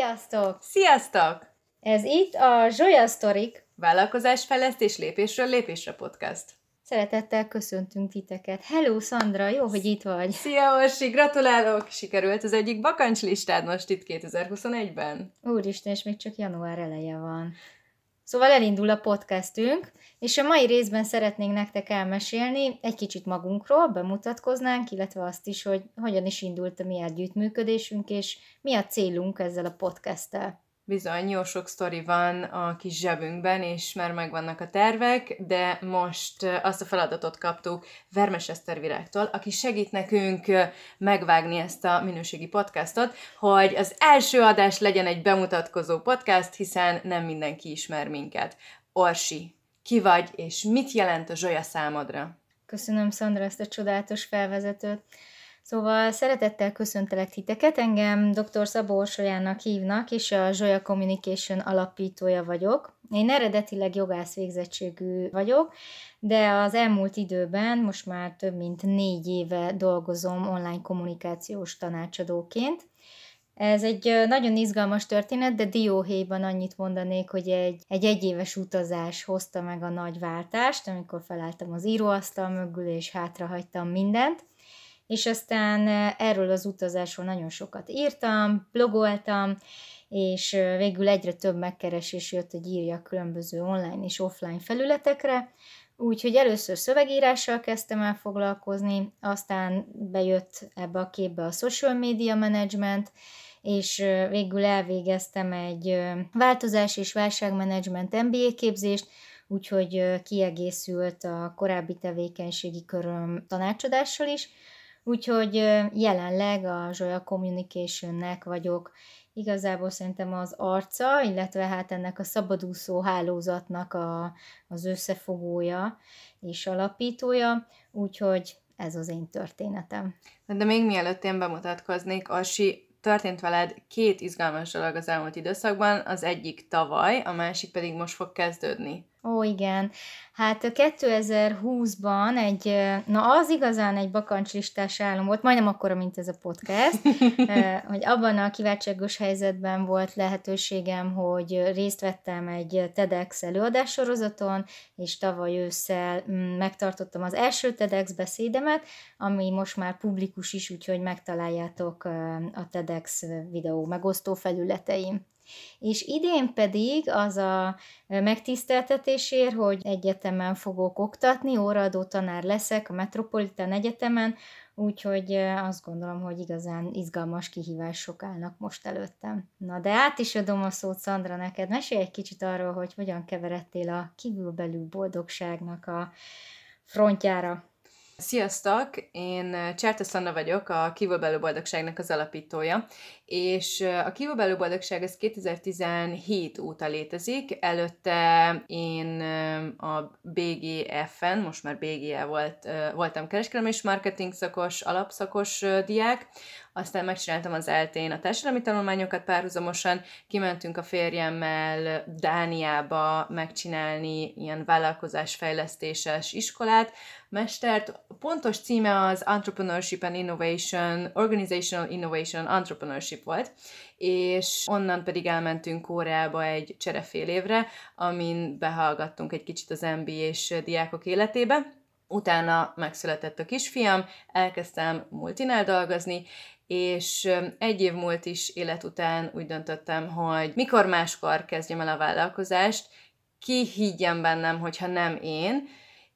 Sziasztok! Sziasztok! Ez itt a Zsolya Sztorik Vállalkozásfejlesztés lépésről lépésre podcast. Szeretettel köszöntünk titeket. Hello, Szandra, jó, hogy itt vagy. Szia, Orsi, gratulálok! Sikerült az egyik bakancslistád most itt 2021-ben. Úristen, és még csak január eleje van. Szóval elindul a podcastünk, és a mai részben szeretnénk nektek elmesélni egy kicsit magunkról, bemutatkoznánk, illetve azt is, hogy hogyan is indult a mi együttműködésünk, és mi a célunk ezzel a podcasttel. Bizony, jó sok sztori van a kis zsebünkben, és már megvannak a tervek, de most azt a feladatot kaptuk Vermes Eszter Virágtól, aki segít nekünk megvágni ezt a minőségi podcastot, hogy az első adás legyen egy bemutatkozó podcast, hiszen nem mindenki ismer minket. Orsi, ki vagy, és mit jelent a Zsolya számodra? Köszönöm, Szandra, ezt a csodálatos felvezetőt. Szóval szeretettel köszöntelek titeket, engem dr. Szabó Orsolyának hívnak, és a Zsolya Communication alapítója vagyok. Én eredetileg jogász végzettségű vagyok, de az elmúlt időben most már több mint 4 éve dolgozom online kommunikációs tanácsadóként. Ez egy nagyon izgalmas történet, de dióhéjban annyit mondanék, hogy egy egyéves utazás hozta meg a nagy váltást, amikor felálltam az íróasztal mögül, és hátrahagytam mindent. És aztán erről az utazásról nagyon sokat írtam, blogoltam, és végül egyre több megkeresés jött, hogy írjak különböző online és offline felületekre, úgyhogy először szövegírással kezdtem el foglalkozni, aztán bejött ebbe a képbe a social media management, és végül elvégeztem egy változás és válságmenedzsment MBA képzést, úgyhogy kiegészült a korábbi tevékenységi köröm tanácsadással is, úgyhogy jelenleg a Zsolya Communicationnek vagyok igazából szerintem az arca, illetve hát ennek a szabadúszó hálózatnak az összefogója és alapítója, úgyhogy ez az én történetem. De még mielőtt én bemutatkoznék, Orsi, történt veled 2 izgalmas dolog az elmúlt időszakban, az egyik tavaly, a másik pedig most fog kezdődni. Ó, igen. Hát 2020-ban az igazán egy bakancslistás álom volt, majdnem akkora, mint ez a podcast, hogy abban a kiváltságos helyzetben volt lehetőségem, hogy részt vettem egy TEDx előadássorozaton, és tavaly ősszel megtartottam az első TEDx beszédemet, ami most már publikus is, úgyhogy megtaláljátok a TEDx videó megosztó felületeim. És idén pedig az a megtiszteltetésért, hogy egyetemen fogok oktatni, óraadó tanár leszek a Metropolitan Egyetemen, úgyhogy azt gondolom, hogy igazán izgalmas kihívások állnak most előttem. Na de át is adom a szót, Szandra, neked. Mesélj egy kicsit arról, hogy hogyan keveredtél a kívülbelül boldogságnak a frontjára. Sziasztok! Én Cserta Szanna vagyok, a Kívülbelül boldogságnak az alapítója, és a Kívülbelül boldogság ez 2017 óta létezik. Előtte én a BGF-en, most már BGE voltam kereskedelmi és marketing szakos, alapszakos diák, aztán megcsináltam az ELTE-n a társadalmi tanulmányokat párhuzamosan, kimentünk a férjemmel Dániába megcsinálni ilyen vállalkozásfejlesztéses iskolát, mestert. Pontos címe az Entrepreneurship and Innovation, Organizational Innovation and Entrepreneurship volt, és onnan pedig elmentünk Koreába egy cserefél évre, amin behallgattunk egy kicsit az MBA-s diákok életébe. Utána megszületett a kisfiam, elkezdtem multinál dolgozni, és 1 év múlt is élet után úgy döntöttem, hogy mikor máskor kezdjem el a vállalkozást, ki higgyen bennem, hogyha nem én,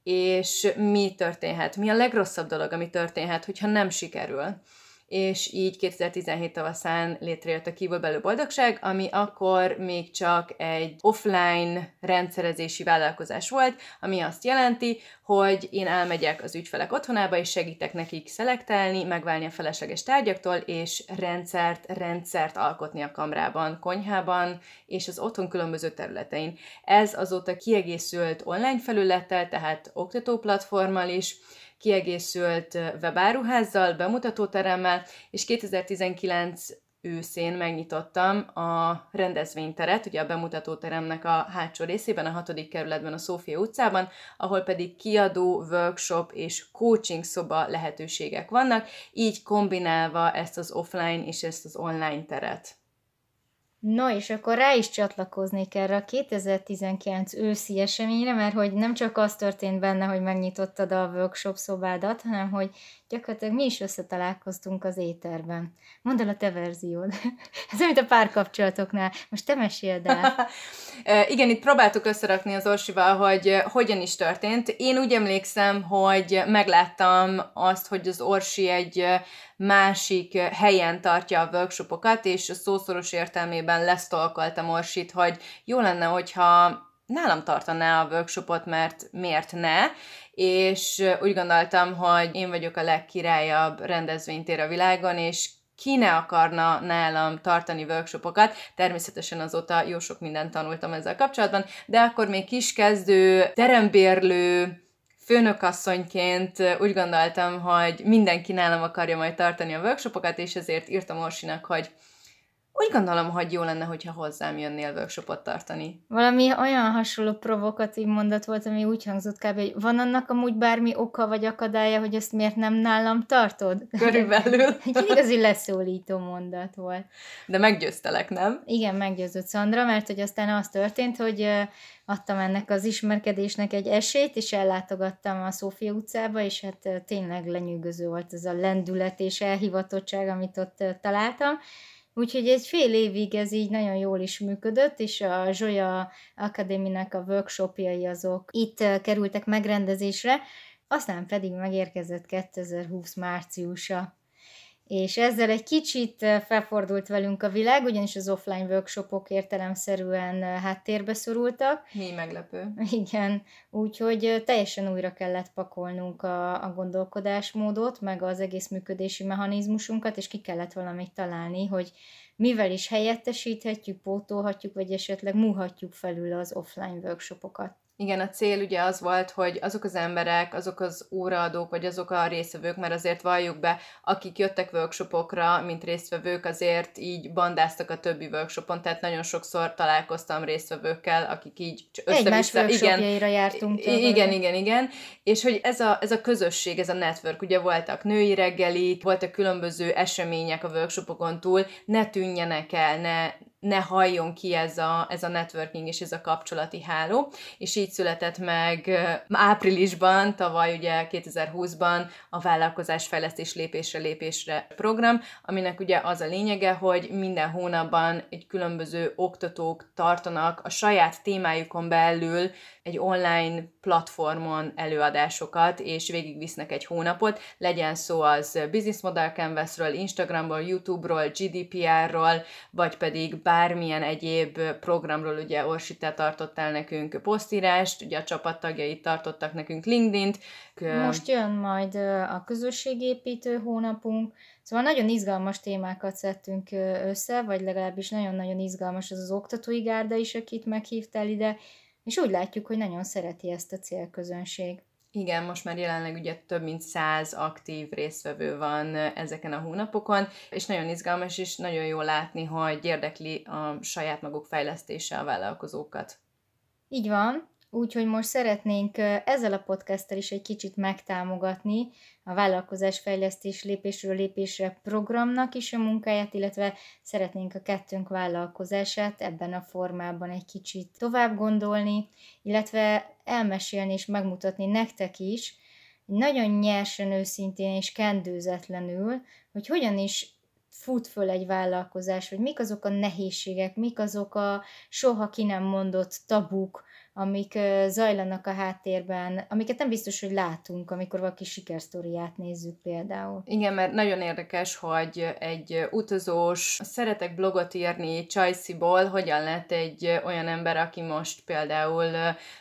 és mi történhet, mi a legrosszabb dolog, ami történhet, hogyha nem sikerül. És így 2017 tavaszán létrejött a Kívülbelül boldogság, ami akkor még csak egy offline rendszerezési vállalkozás volt, ami azt jelenti, hogy én elmegyek az ügyfelek otthonába, és segítek nekik szelektálni, megválni a felesleges tárgyaktól, és rendszert alkotni a kamrában, konyhában, és az otthon különböző területein. Ez azóta kiegészült online felülettel, tehát oktatóplatformmal is, kiegészült webáruházzal, bemutatóteremmel, és 2019 őszén megnyitottam a rendezvényteret, ugye a bemutatóteremnek a hátsó részében, a 6. kerületben, a Szófia utcában, ahol pedig kiadó, workshop és coaching szoba lehetőségek vannak, így kombinálva ezt az offline és ezt az online teret. No, és akkor rá is csatlakoznék erre a 2019 őszi eseményre, mert hogy nem csak az történt benne, hogy megnyitottad a workshop szobádat, hanem hogy gyakorlatilag mi is összetalálkoztunk az éterben. Mondd el a te verziód. Ez mint a párkapcsolatoknál. Most te meséld el. Igen, itt próbáltuk összerakni az Orsival, hogy hogyan is történt. Én úgy emlékszem, hogy megláttam azt, hogy az Orsi egy másik helyen tartja a workshopokat, és a szószoros értelmében lesztolkoltam Orsit, hogy jó lenne, hogyha nálam tartaná a workshopot, mert miért ne, és úgy gondoltam, hogy én vagyok a legkirályabb rendezvénytér a világon, és ki ne akarna nálam tartani workshopokat. Természetesen azóta jó sok mindent tanultam ezzel kapcsolatban, de akkor még kiskezdő, terembérlő, főnökasszonyként úgy gondoltam, hogy mindenki nálam akarja majd tartani a workshopokat, és ezért írtam Orsinak, hogy úgy gondolom, hogy jó lenne, hogyha hozzám jönnél workshopot tartani. Valami olyan hasonló provokatív mondat volt, ami úgy hangzott kb., hogy van annak amúgy bármi oka vagy akadálya, hogy ezt miért nem nálam tartod? Körülbelül. Egy igazi leszólító mondat volt. De meggyőztelek, nem? Igen, meggyőzött Szandra, mert hogy aztán az történt, hogy adtam ennek az ismerkedésnek egy esélyt, és ellátogattam a Szófia utcába, és hát tényleg lenyűgöző volt ez a lendület és elhivatottság, amit ott találtam. Úgyhogy egy fél évig ez így nagyon jól is működött, és a Zsolya Akadéminek a workshopjai azok itt kerültek megrendezésre, aztán pedig megérkezett 2020 márciusa. És ezzel egy kicsit felfordult velünk a világ, ugyanis az offline workshopok értelemszerűen háttérbe szorultak. Mi meglepő. Igen, úgyhogy teljesen újra kellett pakolnunk a gondolkodásmódot, meg az egész működési mechanizmusunkat, és ki kellett valamit találni, hogy mivel is helyettesíthetjük, pótolhatjuk, vagy esetleg múlhatjuk felül az offline workshopokat. Igen, a cél ugye az volt, hogy azok az emberek, azok az óraadók, vagy azok a résztvevők, mert azért valljuk be, akik jöttek workshopokra, mint résztvevők, azért így bandáztak a többi workshopon, tehát nagyon sokszor találkoztam résztvevőkkel, akik így egymás workshopjaira jártunk. Igen. És hogy ez a közösség, ez a network, ugye voltak női reggelik, voltak különböző események a workshopokon túl, ne tűnjenek el, ne halljon ki ez a networking és ez a kapcsolati háló, és így született meg áprilisban, tavaly ugye 2020-ban a vállalkozásfejlesztés lépésre program, aminek ugye az a lényege, hogy minden hónapban egy különböző oktatók tartanak a saját témájukon belül egy online platformon előadásokat, és végigvisznek egy hónapot, legyen szó az Business Model Canvasról, Instagramról, YouTube-ról, GDPR-ról, vagy pedig bármilyen egyéb programról, ugye Orsi, te tartottál nekünk posztírást, ugye a csapattagjai tartottak nekünk LinkedIn-t. Most jön majd a közösségépítő hónapunk, szóval nagyon izgalmas témákat szedtünk össze, vagy legalábbis nagyon-nagyon izgalmas az oktatói gárda is, akit meghívtál ide, és úgy látjuk, hogy nagyon szereti ezt a célközönség. Igen, most már jelenleg ugye több mint 100 aktív résztvevő van ezeken a hónapokon, és nagyon izgalmas, és nagyon jó látni, hogy érdekli a saját maguk fejlesztése a vállalkozókat. Így van, úgyhogy most szeretnénk ezzel a podcasttel is egy kicsit megtámogatni a vállalkozásfejlesztés lépésről lépésre programnak is a munkáját, illetve szeretnénk a kettőnk vállalkozását ebben a formában egy kicsit tovább gondolni, illetve elmesélni és megmutatni nektek is, nagyon nyersen, őszintén és kendőzetlenül, hogy hogyan is fut föl egy vállalkozás, hogy mik azok a nehézségek, mik azok a soha ki nem mondott tabuk, amik zajlanak a háttérben, amiket nem biztos, hogy látunk, amikor valaki sikersztoriát nézzük például. Igen, mert nagyon érdekes, hogy egy utazós, szeretek blogot írni Csajciból, hogyan lett egy olyan ember, aki most például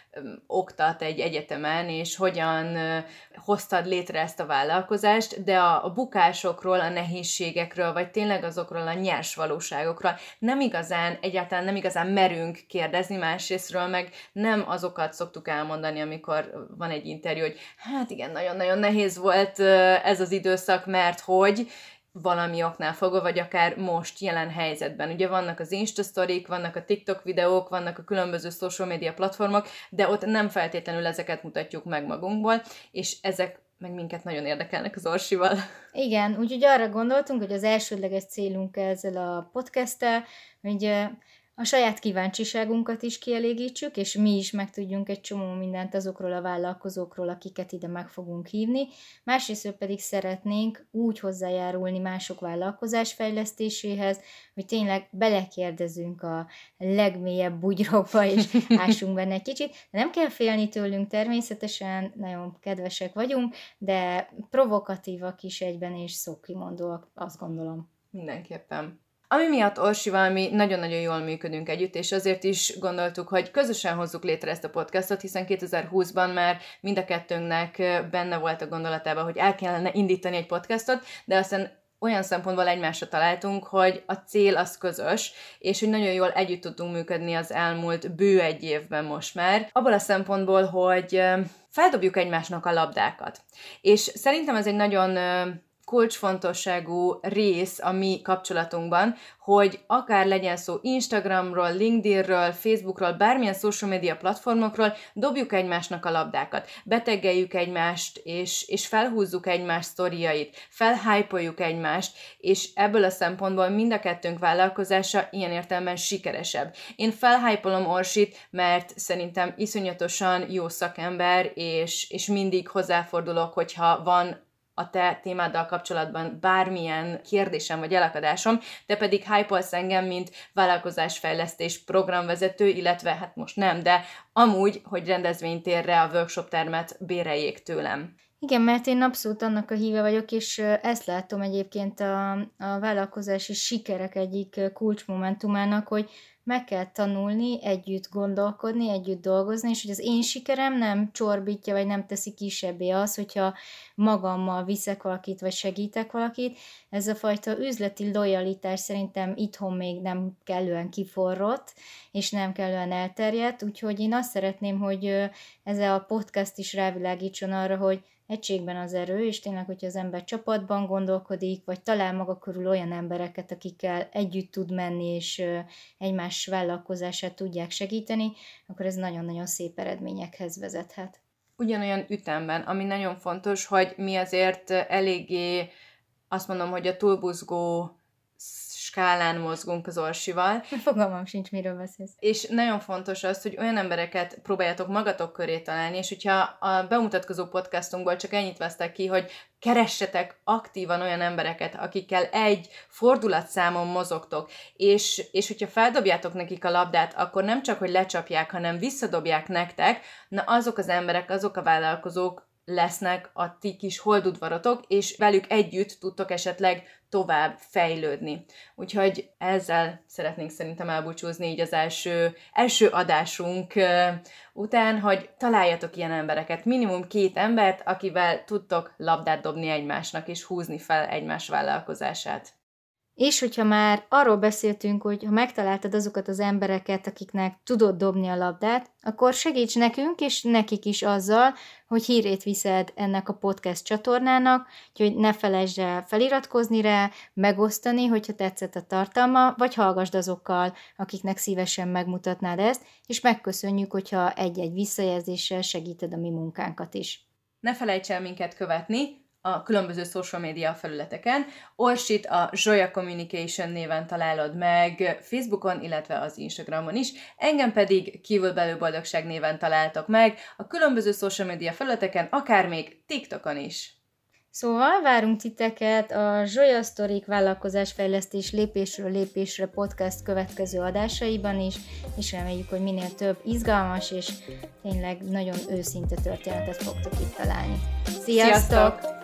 oktat egy egyetemen, és hogyan hoztad létre ezt a vállalkozást, de a bukásokról, a nehézségekről, vagy tényleg azokról a nyers valóságokról egyáltalán nem igazán merünk kérdezni, másrésztről meg nem azokat szoktuk elmondani, amikor van egy interjú, hogy hát igen, nagyon-nagyon nehéz volt ez az időszak, mert hogy valami oknál fogva, vagy akár most jelen helyzetben. Ugye vannak az Insta sztorik, vannak a TikTok videók, vannak a különböző social media platformok, de ott nem feltétlenül ezeket mutatjuk meg magunkból, és ezek meg minket nagyon érdekelnek az Orsival. Igen, úgyhogy arra gondoltunk, hogy az elsődleges célunk ezzel a podcasttel, hogy a saját kíváncsiságunkat is kielégítsük, és mi is megtudjunk egy csomó mindent azokról a vállalkozókról, akiket ide meg fogunk hívni. Másrészt pedig szeretnénk úgy hozzájárulni mások vállalkozás fejlesztéséhez, hogy tényleg belekérdezünk a legmélyebb bugyrokba, és ássunk benne egy kicsit. De nem kell félni tőlünk, természetesen nagyon kedvesek vagyunk, de provokatívak is egyben, és szókimondóak, azt gondolom. Mindenképpen. Ami miatt Orsival mi nagyon-nagyon jól működünk együtt, és azért is gondoltuk, hogy közösen hozzuk létre ezt a podcastot, hiszen 2020-ban már mind a kettőnknek benne volt a gondolatában, hogy el kellene indítani egy podcastot, de aztán olyan szempontból egymásra találtunk, hogy a cél az közös, és hogy nagyon jól együtt tudtunk működni az elmúlt bő egy évben most már. Abból a szempontból, hogy feldobjuk egymásnak a labdákat. És szerintem ez egy nagyon kulcsfontosságú rész a mi kapcsolatunkban, hogy akár legyen szó Instagramról, LinkedInről, Facebookról, bármilyen social media platformokról, dobjuk egymásnak a labdákat, beteggeljük egymást, és felhúzzuk egymás sztoriait, felhypoljuk egymást, és ebből a szempontból mind a kettőnk vállalkozása ilyen értelemben sikeresebb. Én felhypolom Orsit, mert szerintem iszonyatosan jó szakember, és mindig hozzáfordulok, hogyha van a te témáddal kapcsolatban bármilyen kérdésem vagy elakadásom, te pedig hype-olsz engem, mint vállalkozásfejlesztés programvezető, illetve hát most nem, de amúgy, hogy rendezvénytérre a workshop termet béreljék tőlem. Igen, mert én abszolút annak a híve vagyok, és ezt látom egyébként a vállalkozási sikerek egyik kulcsmomentumának, hogy meg kell tanulni, együtt gondolkodni, együtt dolgozni, és hogy az én sikerem nem csorbítja, vagy nem teszi kisebbé az, hogyha magammal viszek valakit, vagy segítek valakit. Ez a fajta üzleti lojalitás szerintem itthon még nem kellően kiforrott, és nem kellően elterjedt, úgyhogy én azt szeretném, hogy ez a podcast is rávilágítson arra, hogy egységben az erő, és tényleg, hogyha az ember csapatban gondolkodik, vagy talál maga körül olyan embereket, akikkel együtt tud menni, és egymás vállalkozását tudják segíteni, akkor ez nagyon-nagyon szép eredményekhez vezethet. Ugyanolyan ütemben, ami nagyon fontos, hogy mi azért eléggé, azt mondom, hogy a túlbuzgó skálán mozgunk az Orsival. Fogalmam sincs, miről beszélsz. És nagyon fontos az, hogy olyan embereket próbáljátok magatok köré találni, és hogyha a bemutatkozó podcastunkból csak ennyit vesztek ki, hogy keressetek aktívan olyan embereket, akikkel egy fordulatszámon mozogtok, és hogyha feldobjátok nekik a labdát, akkor nem csak, hogy lecsapják, hanem visszadobják nektek, na azok az emberek, azok a vállalkozók lesznek a ti kis holdudvarotok, és velük együtt tudtok esetleg tovább fejlődni. Úgyhogy ezzel szeretnénk szerintem elbúcsúzni így az első adásunk után, hogy találjatok ilyen embereket, minimum 2 embert, akivel tudtok labdát dobni egymásnak, és húzni fel egymás vállalkozását. És hogyha már arról beszéltünk, hogy ha megtaláltad azokat az embereket, akiknek tudod dobni a labdát, akkor segíts nekünk és nekik is azzal, hogy hírét viszed ennek a podcast csatornának, úgyhogy ne felejtsd el feliratkozni rá, megosztani, hogyha tetszett a tartalma, vagy hallgasd azokkal, akiknek szívesen megmutatnád ezt, és megköszönjük, hogyha egy-egy visszajelzéssel segíted a mi munkánkat is. Ne felejts el minket követni a különböző social media felületeken. Orsit a Zsoya Communication néven találod meg Facebookon, illetve az Instagramon is. Engem pedig Kívülbelül Boldogság néven találtok meg a különböző social media felületeken, akár még TikTokon is. Szóval várunk titeket a Zsoya Sztorik vállalkozásfejlesztés lépésről lépésre podcast következő adásaiban is, és reméljük, hogy minél több izgalmas és tényleg nagyon őszinte történetet fogtok itt találni. Sziasztok!